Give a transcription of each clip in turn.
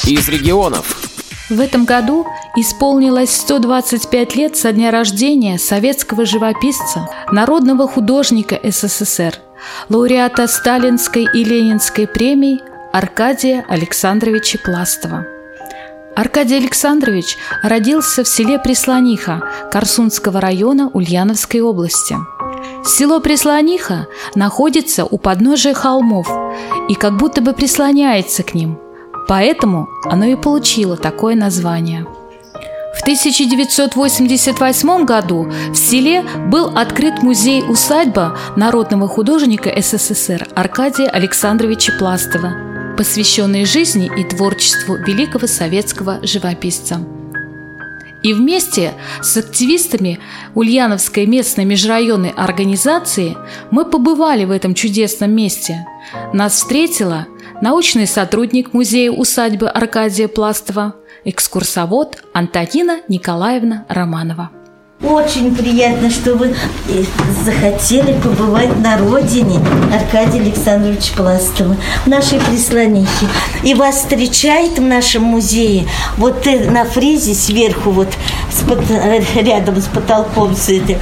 из регионов. В этом году исполнилось 125 лет со дня рождения советского живописца, народного художника СССР, лауреата Сталинской и Ленинской премий Аркадия Александровича Пластова. Аркадий Александрович родился в селе Прислониха Корсунского района Ульяновской области. Село Прислониха находится у подножия холмов и как будто бы прислоняется к ним, поэтому оно и получило такое название. В 1988 году в селе был открыт музей-усадьба народного художника СССР Аркадия Александровича Пластова, посвященный жизни и творчеству великого советского живописца. И вместе с активистами Ульяновской местной межрайонной организации мы побывали в этом чудесном месте. Нас встретила научный сотрудник музея-усадьбы Аркадия Пластова, экскурсовод Антонина Николаевна Романова. Очень приятно, что вы захотели побывать на родине Аркадия Александровича Пластова, в нашей Прислонихе. И вас встречает в нашем музее вот на фризе сверху, вот рядом с потолком,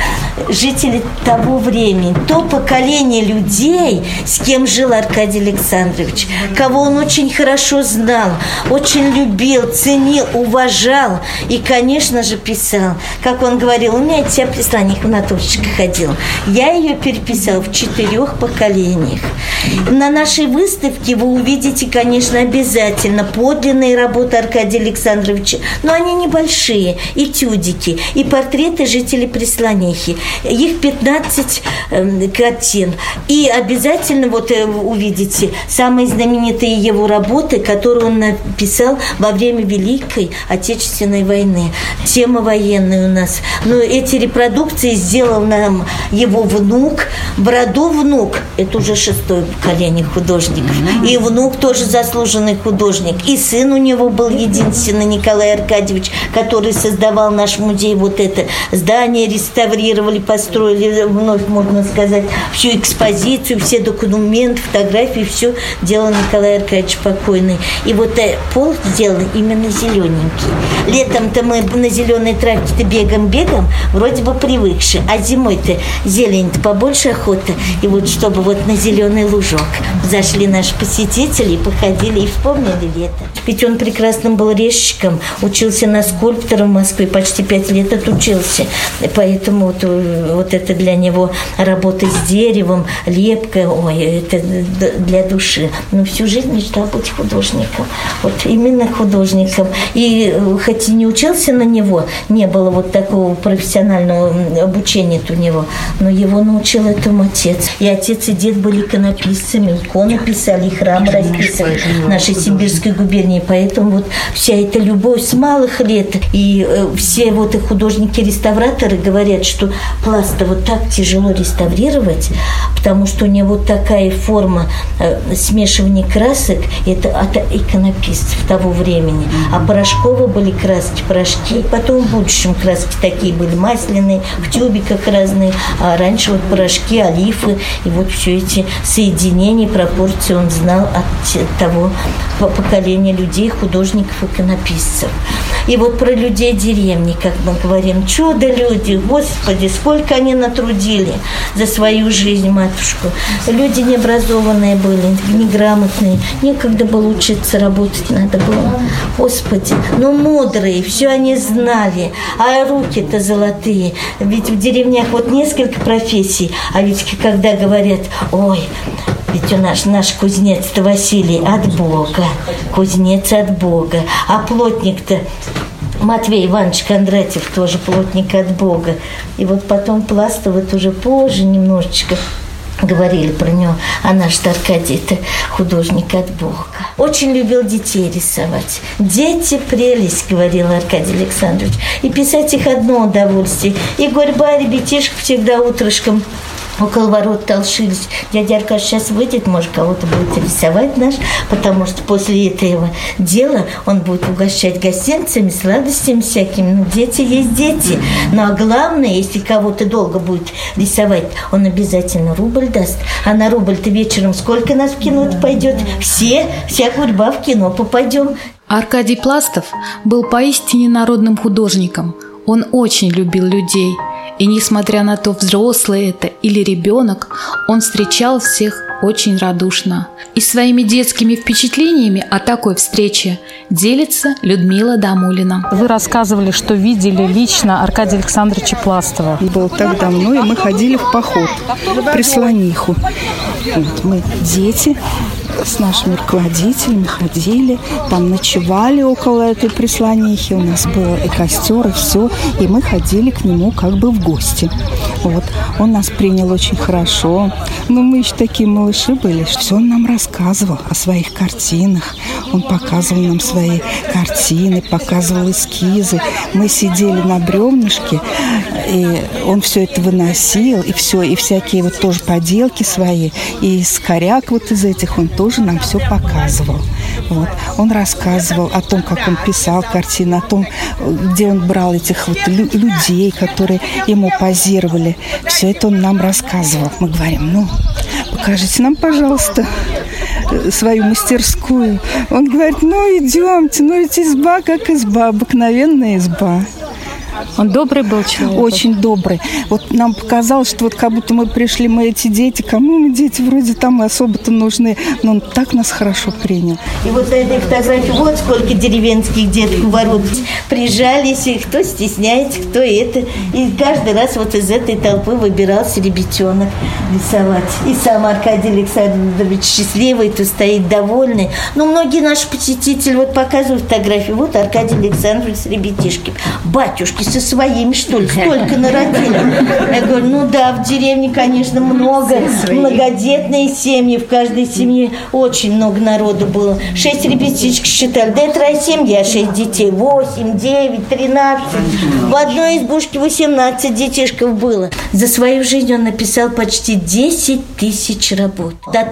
жители того времени, то поколение людей, с кем жил Аркадий Александрович, кого он очень хорошо знал, очень любил, ценил, уважал и, конечно же, писал. Как он говорил, у меня вся Прислониха в натурщика ходила. Я ее переписала в 4 поколениях. На нашей выставке вы увидите, конечно, обязательно подлинные работы Аркадия Александровича, но они небольшие, этюдики, и портреты жителей Прислонихи. Их 15 картин. И обязательно вот увидите самые знаменитые его работы, которые он написал во время Великой Отечественной войны. Тема военная у нас. Но эти репродукции сделал нам его внук. В роду внук, это уже 6-е поколение художников. И внук тоже заслуженный художник. И сын у него был единственный, Николай Аркадьевич, который создавал наш музей. Вот это здание реставрировали, построили, вновь можно сказать, всю экспозицию, все документы, фотографии, все делал Николай Аркадьевич покойный. И вот пол сделан именно зелененький. Летом-то мы на зеленой травке-то бегаем, вроде бы привыкшие, а зимой-то зелень-то побольше охота. И вот чтобы вот на зеленый лужок зашли наши посетители и походили, и вспомнили лето. Ведь он прекрасным был резчиком, учился на скульптора в Москве, почти 5 лет отучился. Поэтому вот это для него работа с деревом, лепка, это для души. Но всю жизнь мечтал быть художником. Вот именно художником. И хоть и не учился на него, не было вот такого профессионального обучения у него, но его научил этому отец. И отец, и дед были иконописцами, иконы писали, и храм расписывали в нашей Симбирской губернии. Поэтому вот вся эта любовь с малых лет, и все вот и художники-реставраторы говорят, что Пласта вот так тяжело реставрировать, потому что у него такая форма смешивания красок, это от иконописцев того времени. А порошковые были краски, порошки, потом в будущем краски такие были масляные, в тюбиках разные, а раньше вот порошки, олифы, и вот все эти соединения, пропорции он знал от того поколения людей, художников, иконописцев. И вот про людей деревни, как мы говорим, чудо-люди, Господи, сколько они натрудили за свою жизнь, матушку. Люди необразованные были, неграмотные, некогда было учиться, работать надо было. Господи, но мудрые, все они знали, а руки-то золотые. Ведь в деревнях вот несколько профессий, а ведь когда говорят, ой, ведь у наш кузнец-то Василий от Бога, кузнец от Бога, а плотник-то Матвей Иванович Кондратьев тоже плотник от Бога. И вот потом Пластов, вот уже позже немножечко говорили про него, а наш Аркадий-то художник от Бога. Очень любил детей рисовать. Дети – прелесть, говорил Аркадий Александрович. И писать их одно удовольствие. И гурьба ребятишек всегда утрышком около ворот толшились. Дядя Аркаш сейчас выйдет, может, кого-то будет рисовать наш, потому что после этого дела он будет угощать гостинцами, сладостями всякими. Ну, дети есть дети. Ну, а главное, если кого-то долго будет рисовать, он обязательно рубль даст. А на рубль-то вечером сколько нас в кино пойдет? Вся гурьба в кино попадем. Аркадий Пластов был поистине народным художником. Он очень любил людей. И несмотря на то, взрослый это или ребенок, он встречал всех очень радушно. И своими детскими впечатлениями о такой встрече делится Людмила Дамулина. Вы рассказывали, что видели лично Аркадия Александровича Пластова. Было так давно, и мы ходили в поход в Прислониху. Вот мы, дети, с нашими руководителями ходили, там ночевали около этой Прислонихи. У нас был и костер, и все. И мы ходили к нему как бы в гости. Вот. Он нас принял очень хорошо. Но мы еще такие малыши были. Все он нам рассказывал о своих картинах. Он показывал нам свои картины, показывал эскизы. Мы сидели на бревнышке, и он все это выносил, и все, и всякие вот тоже поделки свои. И из коряк вот из этих он тоже нам все показывал. Вот. Он рассказывал о том, как он писал картины, о том, где он брал этих вот людей, которые ему позировали. Все это он нам рассказывал. Мы говорим, ну, покажите нам, пожалуйста, свою мастерскую. Он говорит, ну, идемте, ну, ведь изба как изба, обыкновенная изба. Он добрый был человек? Очень добрый. Вот нам показалось, что вот как будто мы пришли, мы эти дети, кому мы дети вроде там особо-то нужны, но он так нас хорошо принял. И вот на этой фотографии вот сколько деревенских деток у ворот прижались, и кто стесняется, кто это. И каждый раз вот из этой толпы выбирался ребятенок рисовать. И сам Аркадий Александрович счастливый, то стоит довольный. Но многие наши посетители вот показывают фотографии. Вот Аркадий Александрович с ребятишками. Батюшки, со своими, что ли, столько народили. Я говорю, ну да, в деревне, конечно, много, многодетные семьи, в каждой семье очень много народу было. 6 ребятишек считали, да это семьи, а 6 детей, 8, 9, 13. В одной избушке 18 детишков было. За свою жизнь он написал почти 10 тысяч работ. До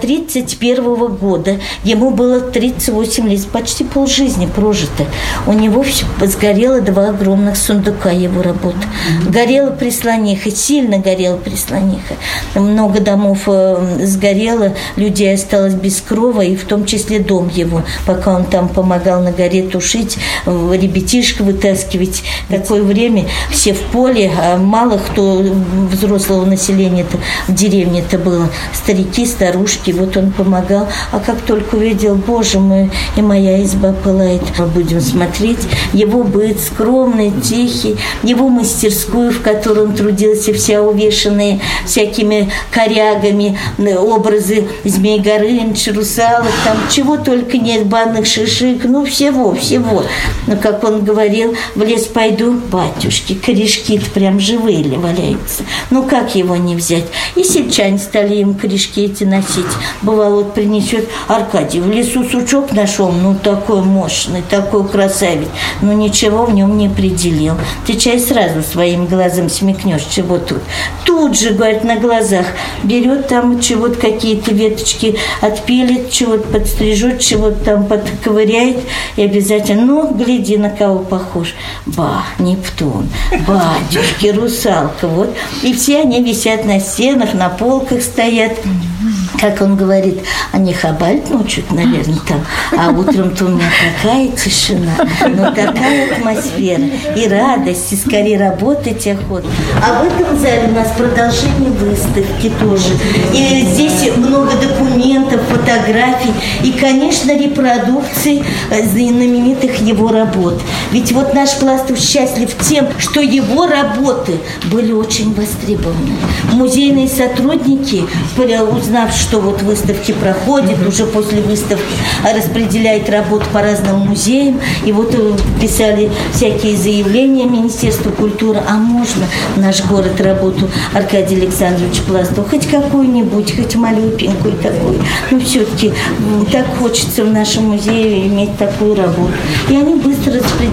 31 года, ему было 38 лет, почти полжизни прожито. У него сгорело 2 огромных сундука его работ. Горела Прислониха, сильно горела Прислониха. Много домов сгорело, людей осталось без крова, и в том числе дом его. Пока он там помогал на горе тушить, ребятишек вытаскивать. Такое время все в поле, а мало кто взрослого населения-то в деревне-то было. Старики, старушки, вот он помогал. А как только увидел, боже мой, и моя изба пылает. Мы будем смотреть его быт скромный, тихий, его мастерскую, в которой он трудился, вся увешанная всякими корягами, образы Змей Горыныча, русалок, там чего только нет, банных шишек, ну всего. Но, как он говорил, в лес пойду, батюшки, корешки-то прям живые валяются. Ну как его не взять? И сельчане стали им корешки эти носить. Бывало, вот принесет Аркадий, в лесу сучок нашел, ну такой мощный, такой красавец, ну ничего в нем не определил. Ты чай сразу своим глазом смекнешь, чего тут. Тут же, говорит, на глазах берет там чего-то, какие-то веточки отпилит, чего-то подстрижет, чего-то там подковыряет, и обязательно, ну, гляди, на кого похож. Ба, Нептун, батюшки, русалка, вот. И все они висят на стенах, на полках стоят. Как он говорит, они хабаль ночью, наверное, там, а утром-то у меня такая тишина, но такая атмосфера, и радость, и скорее работать охота. А в этом зале у нас продолжение выставки тоже. И здесь много документов, фотографий и, конечно, репродукций знаменитых его работ. Ведь вот наш Пластов счастлив тем, что его работы были очень востребованы. Музейные сотрудники, узнав, что вот выставки проходят, уже после выставки распределяют работу по разным музеям, и вот писали всякие заявления Министерству культуры, а можно в наш город работу Аркадия Александровича Пластова, хоть какую-нибудь, хоть малюпенькую такую, но все-таки так хочется в нашем музее иметь такую работу. И они быстро распределяют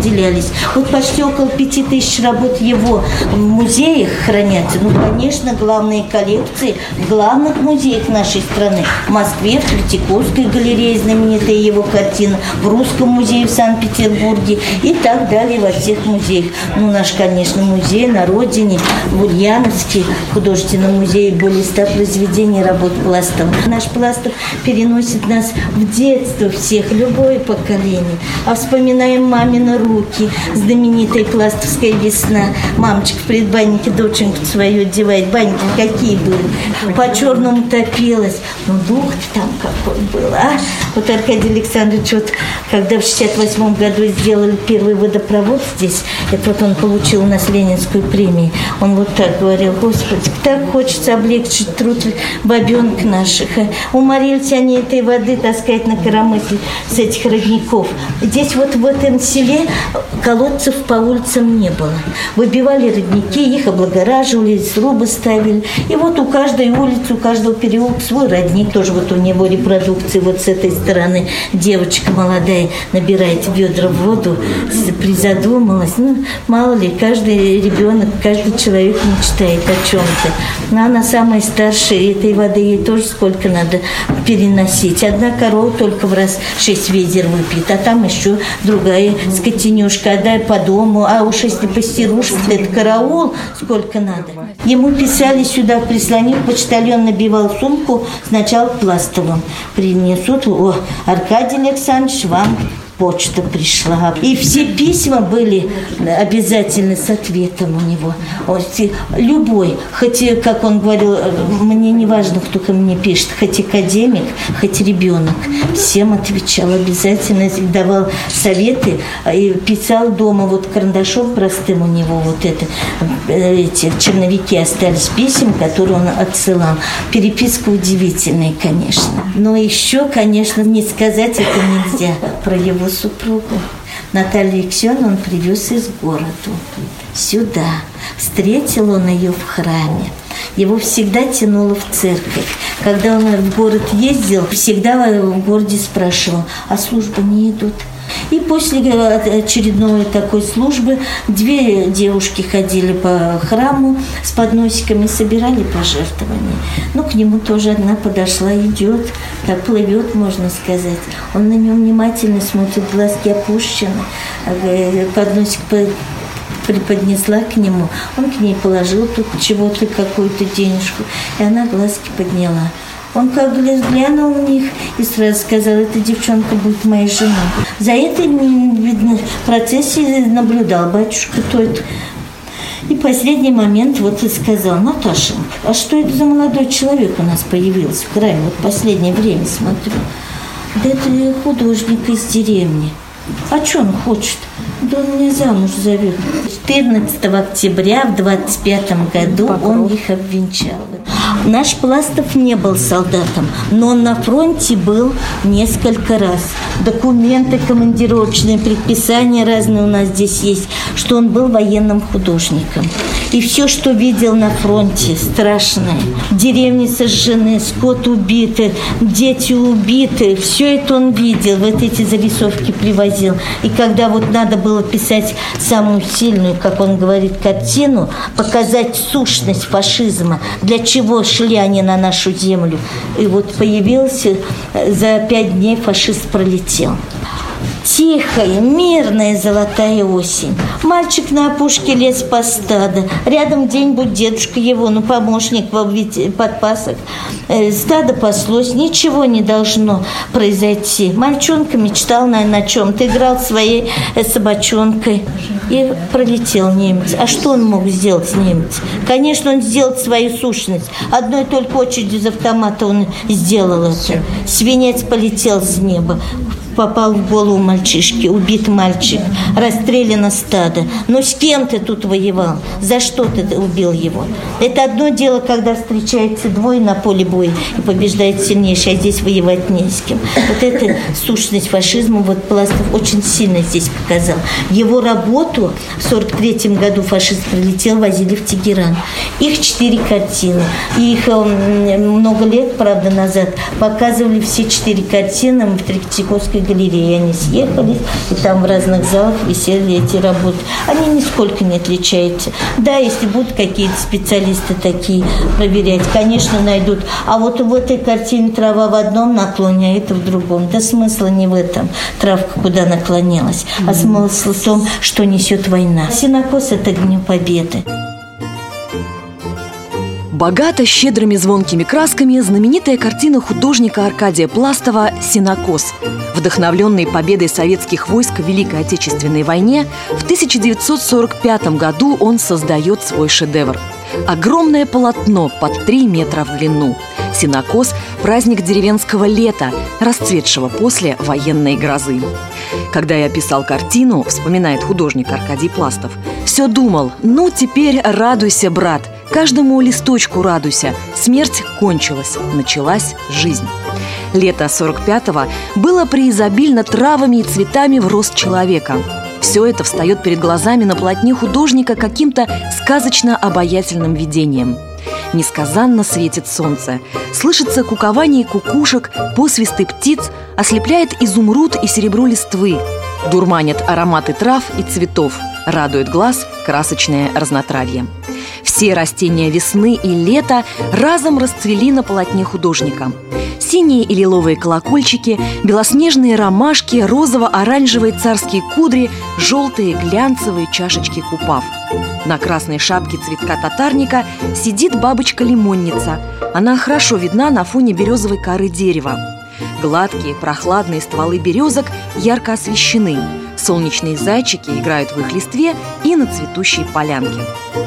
выделялись. Вот почти около 5000 работ его в музеях хранятся. Ну, конечно, главные коллекции в главных музеях нашей страны. В Москве, в Третьяковской галерее знаменитая его картина, в Русском музее в Санкт-Петербурге и так далее во всех музеях. Ну, наш, конечно, музей на родине, в Ульяновске, в художественном музее более 100 произведений работ Пластова. Наш Пластов переносит нас в детство всех, любое поколение. А вспоминаем мамины руки, знаменитая пластовская весна. Мамочка в предбаннике доченьку свою одевает. Баньки какие были. По-черному топилась. Ну, дух-то там какой был, а? Вот Аркадий Александрович, вот, когда в 68 году сделали первый водопровод здесь, это вот он получил у нас Ленинскую премию. Он вот так говорил: Господи, так хочется облегчить труд бабенок наших. Уморились они этой воды таскать на коромысле с этих родников. Здесь вот в этом селе колодцев по улицам не было. Выбивали родники, их облагораживали, срубы ставили. И вот у каждой улицы, у каждого переулка свой родник. Тоже вот у него репродукции вот с этой стороны. Девочка молодая набирает в ведра воду, призадумалась. Ну, мало ли, каждый ребенок, каждый человек мечтает о чем-то. Но она самая старшая, и этой воды ей тоже сколько надо переносить. Одна корова только в раз 6 ведер выпьет, а там еще другая скотинюшка, отдай по дому, а уж если постирушка, это караул, сколько надо. Ему писали сюда в Прислониху, почтальон набивал сумку, сначала к Пластовым принесут: о, Аркадий Александрович, вам почта пришла. И все письма были обязательно с ответом у него. Любой, хоть, как он говорил, мне не важно, кто ко мне пишет, хоть академик, хоть ребенок. Всем отвечал обязательно, давал советы и писал дома вот карандашом простым у него вот это, эти черновики остались писем, которые он отсылал. Переписка удивительная, конечно. Но еще, конечно, не сказать это нельзя про его супругу. Наталью Алексеевну он привез из города сюда. Встретил он ее в храме. Его всегда тянуло в церковь. Когда он в город ездил, всегда в городе спрашивал: а службы не идут? И после очередной такой службы 2 девушки ходили по храму с подносиками, собирали пожертвования. Ну, к нему тоже одна подошла, идет, как плывет, можно сказать. Он на нее внимательно смотрит, глазки опущены, подносик преподнесла к нему. Он к ней положил тут чего-то, какую-то денежку, и она глазки подняла. Он как глянул в них и сразу сказал: эта девчонка будет моей женой. За этой, видно, процессией наблюдал батюшка тот. И в последний момент вот и сказал: Наташенька, а что это за молодой человек у нас появился в храме? Вот в последнее время смотрю. Да это художник из деревни. А что он хочет? Да он меня замуж зовет. 14 октября в 25 году он их обвенчал. Наш Пластов не был солдатом, но он на фронте был несколько раз. Документы командировочные, предписания разные у нас здесь есть, что он был военным художником. И все, что видел на фронте, страшное. Деревни сожжены, скот убиты, дети убиты. Все это он видел, вот эти зарисовки привозил. И когда вот надо было писать самую сильную, как он говорит, картину, показать сущность фашизма, для чего шли они на нашу землю. И вот появился, за 5 дней фашист пролетел. Тихая, мирная золотая осень. Мальчик на опушке лес по стаду. Рядом где-нибудь дедушка его, помощник в подпасах. Стадо паслось, ничего не должно произойти. Мальчонка мечтал, наверное, о чем-то. Играл своей собачонкой. И пролетел немец. А что он мог сделать, немец? Конечно, он сделал свою сущность. Одной только очередью из автомата он сделал это. Свинец полетел с неба. Попал в голову мальчишки, убит мальчик, расстреляно стадо. Но с кем ты тут воевал? За что ты убил его? Это одно дело, когда встречаются двое на поле боя и побеждает сильнейший, а здесь воевать не с кем. Вот эта сущность фашизма, вот Пластов очень сильно здесь показал. Его работу в 1943 году фашист прилетел, возили в Тегеран. Их 4 картины. Их много лет, правда, назад показывали все 4 картины в Третьяковской галереи они съехались, и там в разных залах висели эти работы. Они нисколько не отличаются. Да, если будут какие-то специалисты такие проверять, конечно, найдут. А вот в этой картине трава в одном наклоне, а это в другом. Да смысла не в этом, травка куда наклонялась, а смысл в том, что несет война. Сенокос – это Дню Победы. Богата щедрыми звонкими красками знаменитая картина художника Аркадия Пластова «Сенокос». Вдохновленный победой советских войск в Великой Отечественной войне, в 1945 году он создает свой шедевр. Огромное полотно под 3 метра в длину. Сенокос – праздник деревенского лета, расцветшего после военной грозы. Когда я писал картину, вспоминает художник Аркадий Пластов, все думал: ну теперь радуйся, брат, каждому листочку радуйся, смерть кончилась, началась жизнь. Лето 45-го было преизобильно травами и цветами в рост человека. Все это встает перед глазами на полотне художника каким-то сказочно-обаятельным видением. Несказанно светит солнце, слышится кукование кукушек, посвисты птиц, ослепляет изумруд и серебро листвы, дурманят ароматы трав и цветов, радует глаз красочное разнотравье. Все растения весны и лета разом расцвели на полотне художника. Синие и лиловые колокольчики, белоснежные ромашки, розово-оранжевые царские кудри, желтые глянцевые чашечки купав. На красной шапке цветка татарника сидит бабочка-лимонница. Она хорошо видна на фоне березовой коры дерева. Гладкие, прохладные стволы березок ярко освещены. Солнечные зайчики играют в их листве и на цветущей полянке.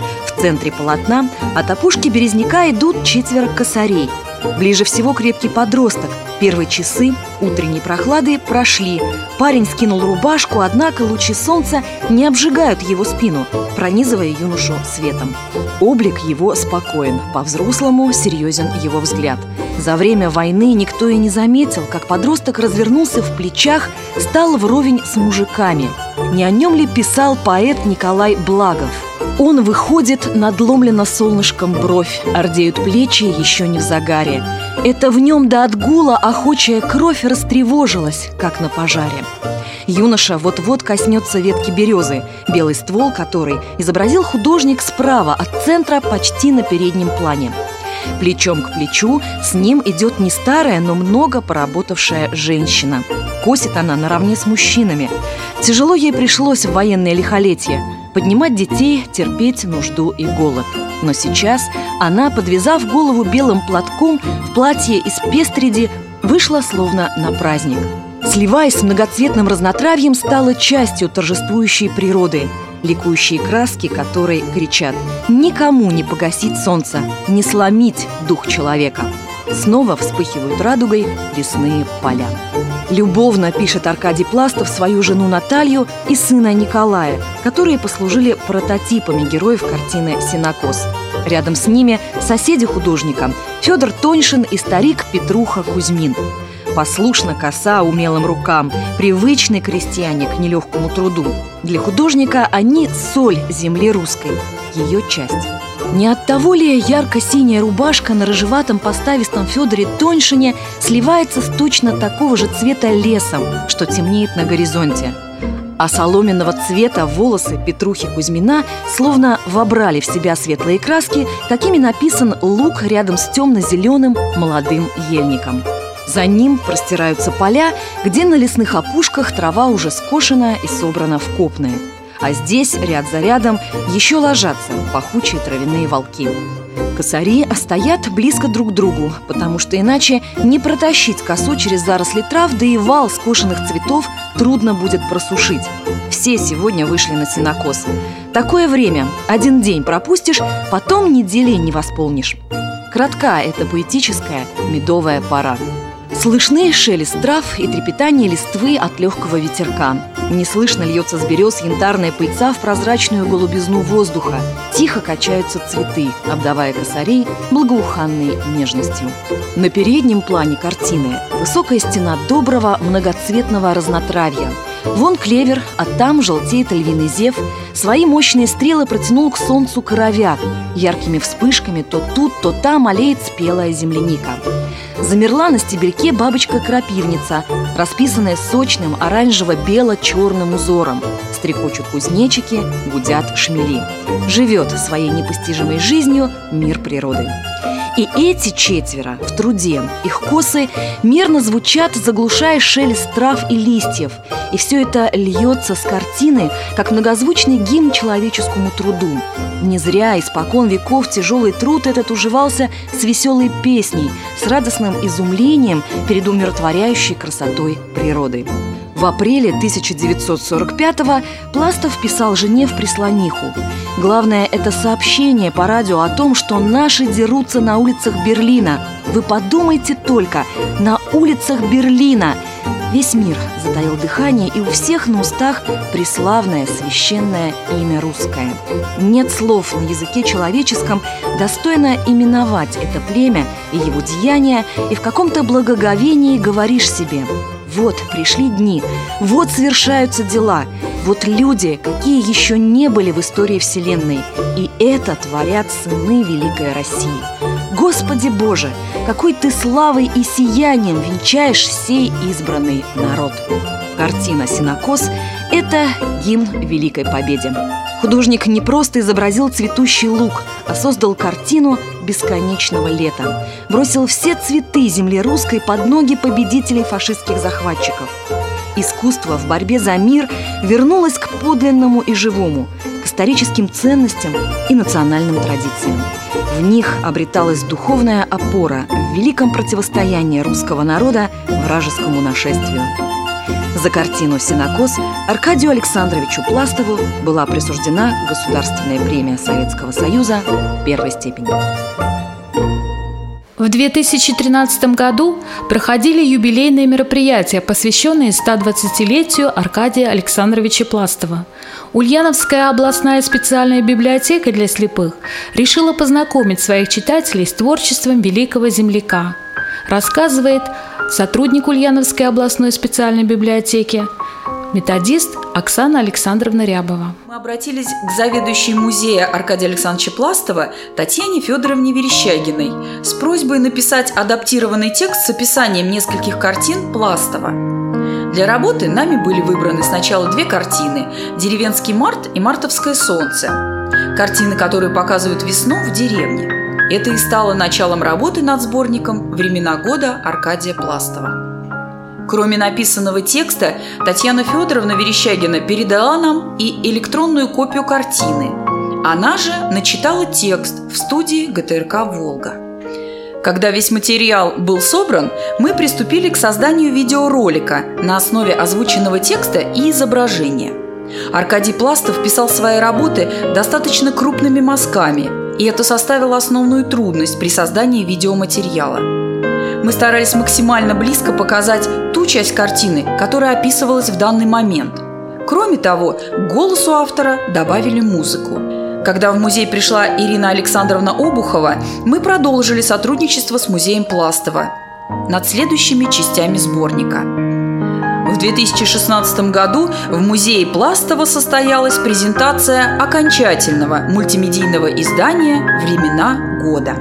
В центре полотна от опушки березняка идут 4 косарей. Ближе всего крепкий подросток. Первые часы утренней прохлады прошли. Парень скинул рубашку, однако лучи солнца не обжигают его спину, пронизывая юношу светом. Облик его спокоен, по-взрослому серьезен его взгляд. За время войны никто и не заметил, как подросток развернулся в плечах, стал вровень с мужиками. Не о нем ли писал поэт Николай Благов? Он выходит, надломлена солнышком бровь, ордеют плечи еще не в загаре. Это в нем до отгула охочая кровь растревожилась, как на пожаре. Юноша вот-вот коснется ветки березы, белый ствол которой изобразил художник справа от центра почти на переднем плане. Плечом к плечу с ним идет не старая, но много поработавшая женщина. Косит она наравне с мужчинами. Тяжело ей пришлось в военное лихолетие поднимать детей, терпеть нужду и голод. Но сейчас она, подвязав голову белым платком в платье из пестреди, вышла словно на праздник. Сливаясь с многоцветным разнотравьем, стала частью торжествующей природы. Ликующие краски, которые кричат: никому не погасить солнце, не сломить дух человека. Снова вспыхивают радугой лесные поля. Любовно пишет Аркадий Пластов свою жену Наталью и сына Николая, которые послужили прототипами героев картины «Сенокос». Рядом с ними соседи художника Федор Тоньшин и старик Петруха Кузьмин. Послушна коса умелым рукам, привычный крестьяне к нелегкому труду. Для художника они соль земли русской, ее часть. Не от того ли ярко-синяя рубашка на рыжеватом поставистом Федоре Тоньшине сливается с точно такого же цвета лесом, что темнеет на горизонте? А соломенного цвета волосы Петрухи Кузьмина словно вобрали в себя светлые краски, какими написан луг рядом с темно-зеленым молодым ельником. За ним простираются поля, где на лесных опушках трава уже скошена и собрана в копны. А здесь, ряд за рядом, еще ложатся пахучие травяные волки. Косари стоят близко друг к другу, потому что иначе не протащить косу через заросли трав, да и вал скошенных цветов трудно будет просушить. Все сегодня вышли на сенокос. Такое время, один день пропустишь, потом недели не восполнишь. Кратка эта поэтическая медовая пора. Слышны шелест трав и трепетание листвы от легкого ветерка. Неслышно льется с берез янтарная пыльца в прозрачную голубизну воздуха. Тихо качаются цветы, обдавая косарей благоуханной нежностью. На переднем плане картины высокая стена доброго многоцветного разнотравья. Вон клевер, а там желтеет львиный зев. Свои мощные стрелы протянул к солнцу коровяк. Яркими вспышками то тут, то там олеет спелая земляника. Замерла на стебельке бабочка-крапивница, расписанная сочным оранжево-бело-черным узором. Стрекочут кузнечики, гудят шмели. Живет своей непостижимой жизнью мир природы. И эти четверо в труде, их косы мерно звучат, заглушая шелест трав и листьев. И все это льется с картины, как многозвучный гимн человеческому труду. Не зря испокон веков тяжелый труд этот уживался с веселой песней, с радостным изумлением перед умиротворяющей красотой природы. В апреле 1945-го Пластов писал жене в прислониху. Главное – это сообщение по радио о том, что наши дерутся на улицах Берлина. Вы подумайте только, на улицах Берлина! Весь мир затаил дыхание, и у всех на устах преславное священное имя русское. Нет слов на языке человеческом, достойно именовать это племя и его деяния, и в каком-то благоговении говоришь себе: вот пришли дни, вот совершаются дела, вот люди, какие еще не были в истории Вселенной, и это творят сыны Великой России. Господи Боже, какой Ты славой и сиянием венчаешь сей избранный народ! Картина «Сенокос» – это гимн Великой Победе. Художник не просто изобразил цветущий луг, а создал картину бесконечного лета. Бросил все цветы земли русской под ноги победителей фашистских захватчиков. Искусство в борьбе за мир вернулось к подлинному и живому, к историческим ценностям и национальным традициям. В них обреталась духовная опора в великом противостоянии русского народа вражескому нашествию. За картину «Сенокос» Аркадию Александровичу Пластову была присуждена Государственная премия Советского Союза первой степени. В 2013 году проходили юбилейные мероприятия, посвященные 120-летию Аркадия Александровича Пластова. Ульяновская областная специальная библиотека для слепых решила познакомить своих читателей с творчеством великого земляка, рассказывает сотрудник Ульяновской областной специальной библиотеки, методист Оксана Александровна Рябова. Мы обратились к заведующей музея Аркадия Александровича Пластова Татьяне Федоровне Верещагиной с просьбой написать адаптированный текст с описанием нескольких картин Пластова. Для работы нами были выбраны сначала две картины «Деревенский март» и «Мартовское солнце», картины, которые показывают весну в деревне. Это и стало началом работы над сборником «Времена года» Аркадия Пластова. Кроме написанного текста, Татьяна Федоровна Верещагина передала нам и электронную копию картины. Она же начитала текст в студии ГТРК «Волга». Когда весь материал был собран, мы приступили к созданию видеоролика на основе озвученного текста и изображения. Аркадий Пластов писал свои работы достаточно крупными мазками, и это составило основную трудность при создании видеоматериала. Мы старались максимально близко показать ту часть картины, которая описывалась в данный момент. Кроме того, к голосу автора добавили музыку. Когда в музей пришла Ирина Александровна Обухова, мы продолжили сотрудничество с музеем Пластова над следующими частями сборника. В 2016 году в музее Пластова состоялась презентация окончательного мультимедийного издания «Времена года».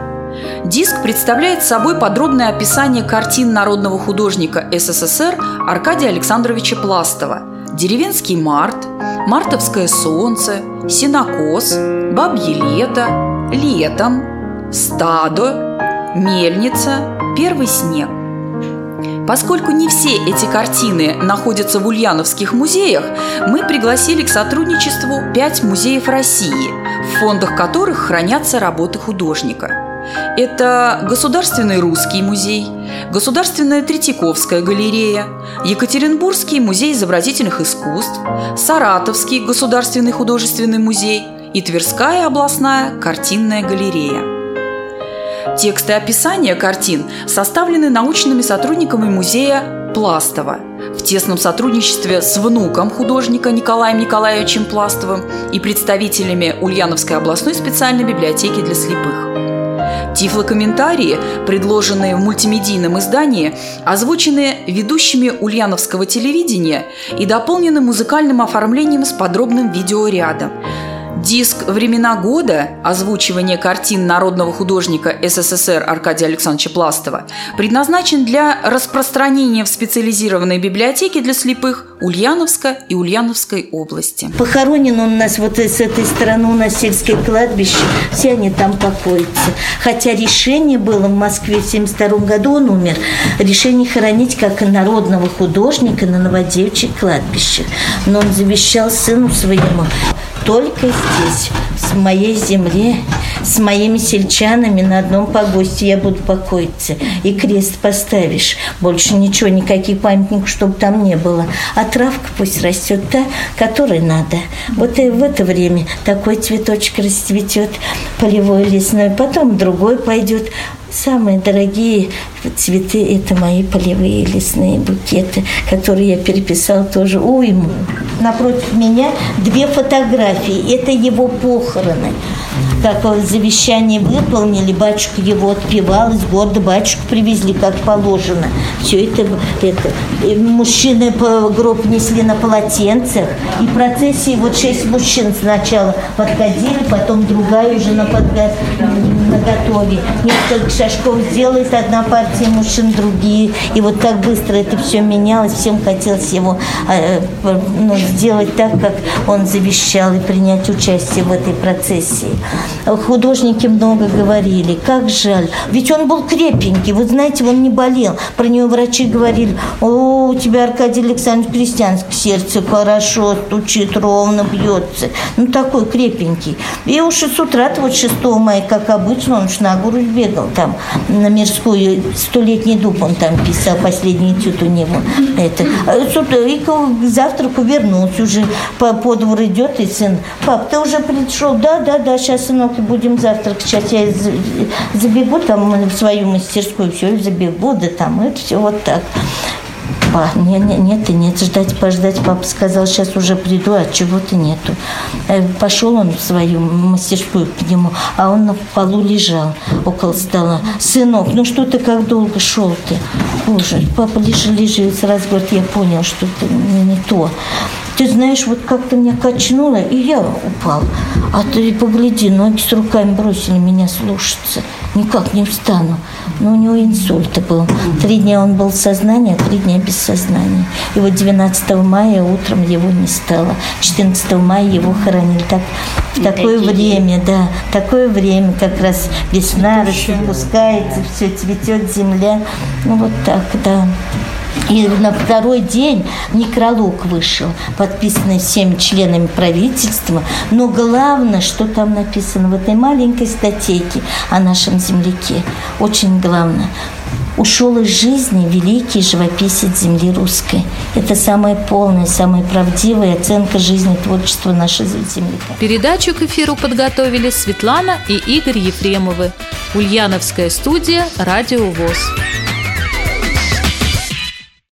Диск представляет собой подробное описание картин народного художника СССР Аркадия Александровича Пластова: «Деревенский март», «Мартовское солнце», «Сенокос», «Бабье лето», «Летом», «Стадо», «Мельница», «Первый снег». Поскольку не все эти картины находятся в ульяновских музеях, мы пригласили к сотрудничеству 5 музеев России, в фондах которых хранятся работы художника. Это Государственный русский музей, Государственная Третьяковская галерея, Екатеринбургский музей изобразительных искусств, Саратовский государственный художественный музей и Тверская областная картинная галерея. Тексты описания картин составлены научными сотрудниками музея Пластова в тесном сотрудничестве с внуком художника Николаем Николаевичем Пластовым и представителями Ульяновской областной специальной библиотеки для слепых. Тифлокомментарии, предложенные в мультимедийном издании, озвучены ведущими ульяновского телевидения и дополнены музыкальным оформлением с подробным видеорядом. Диск «Времена года» озвучивание картин народного художника СССР Аркадия Александровича Пластова предназначен для распространения в специализированной библиотеке для слепых Ульяновска и Ульяновской области. Похоронен он у нас вот с этой стороны, у нас сельское кладбище, все они там покоятся. Хотя решение было в Москве в 1972 году, он умер, решение хоронить как народного художника на Новодевичьих кладбищах. Но он завещал сыну своему: только здесь, в моей земле, с моими сельчанами на одном погосте я буду покоиться. И крест поставишь. Больше ничего, никаких памятников, чтобы там не было. А травка пусть растет та, которой надо. Вот и в это время такой цветочек расцветет, полевой, лесной, потом другой пойдет. Самые дорогие цветы – это мои полевые лесные букеты, которые я переписала тоже уйму. Напротив меня 2 фотографии. Это его похороны. Как завещание выполнили, батюшка его отпевал, из города батюшку привезли, как положено. Все это мужчины по гроб несли на полотенцах. И в процессе вот 6 мужчин сначала подходили, потом другая уже на готове. Несколько шажков сделает одна партия мужчин, другие. И вот так быстро это все менялось. Всем хотелось его сделать так, как он завещал, и принять участие в этой процессии. Художники много говорили, как жаль. Ведь он был крепенький, вы знаете, он не болел. Про него врачи говорили: о, у тебя, Аркадий Александрович, крестьянское сердце хорошо стучит, ровно бьется. Ну, такой крепенький. И уж с утра-то, вот 6 мая, как обычно, он уж на гору бегал там, на Мирскую, 100-летний дуб он там писал, последний этюд у него. И к завтраку вернулся уже, по двору идет, и сын: пап, ты уже пришел? Да, сейчас, сынок, будем завтрак. Сейчас я забегу там в свою мастерскую, все, забегу, да там, это все вот так. Нет, пождать. Папа сказал: сейчас уже приду, а чего-то нету. Пошел он в свою мастерскую к нему, а он на полу лежал около стола. Сынок, ну что ты как долго шел ты? Боже, папа лежи, сразу говорит: я понял, что это не то. Ты знаешь, вот как-то меня качнуло, и я упал. А ты погляди, ноги с руками бросили меня слушаться. Никак не встану. Но у него инсульт был. 3 дня он был в сознании, а 3 дня без сознания. И вот 12 мая утром его не стало. 14 мая его хоронили. Такое время, такое время, как раз весна распускается, все цветет земля. Ну вот так, да. И на 2-й день некролог вышел, подписанный всеми членами правительства. Но главное, что там написано в этой маленькой статейке о нашем земляке, очень главное: ушел из жизни великий живописец земли русской. Это самая полная, самая правдивая оценка жизни и творчества нашего земляка. Передачу к эфиру подготовили Светлана и Игорь Ефремовы. Ульяновская студия «Радио ВОС».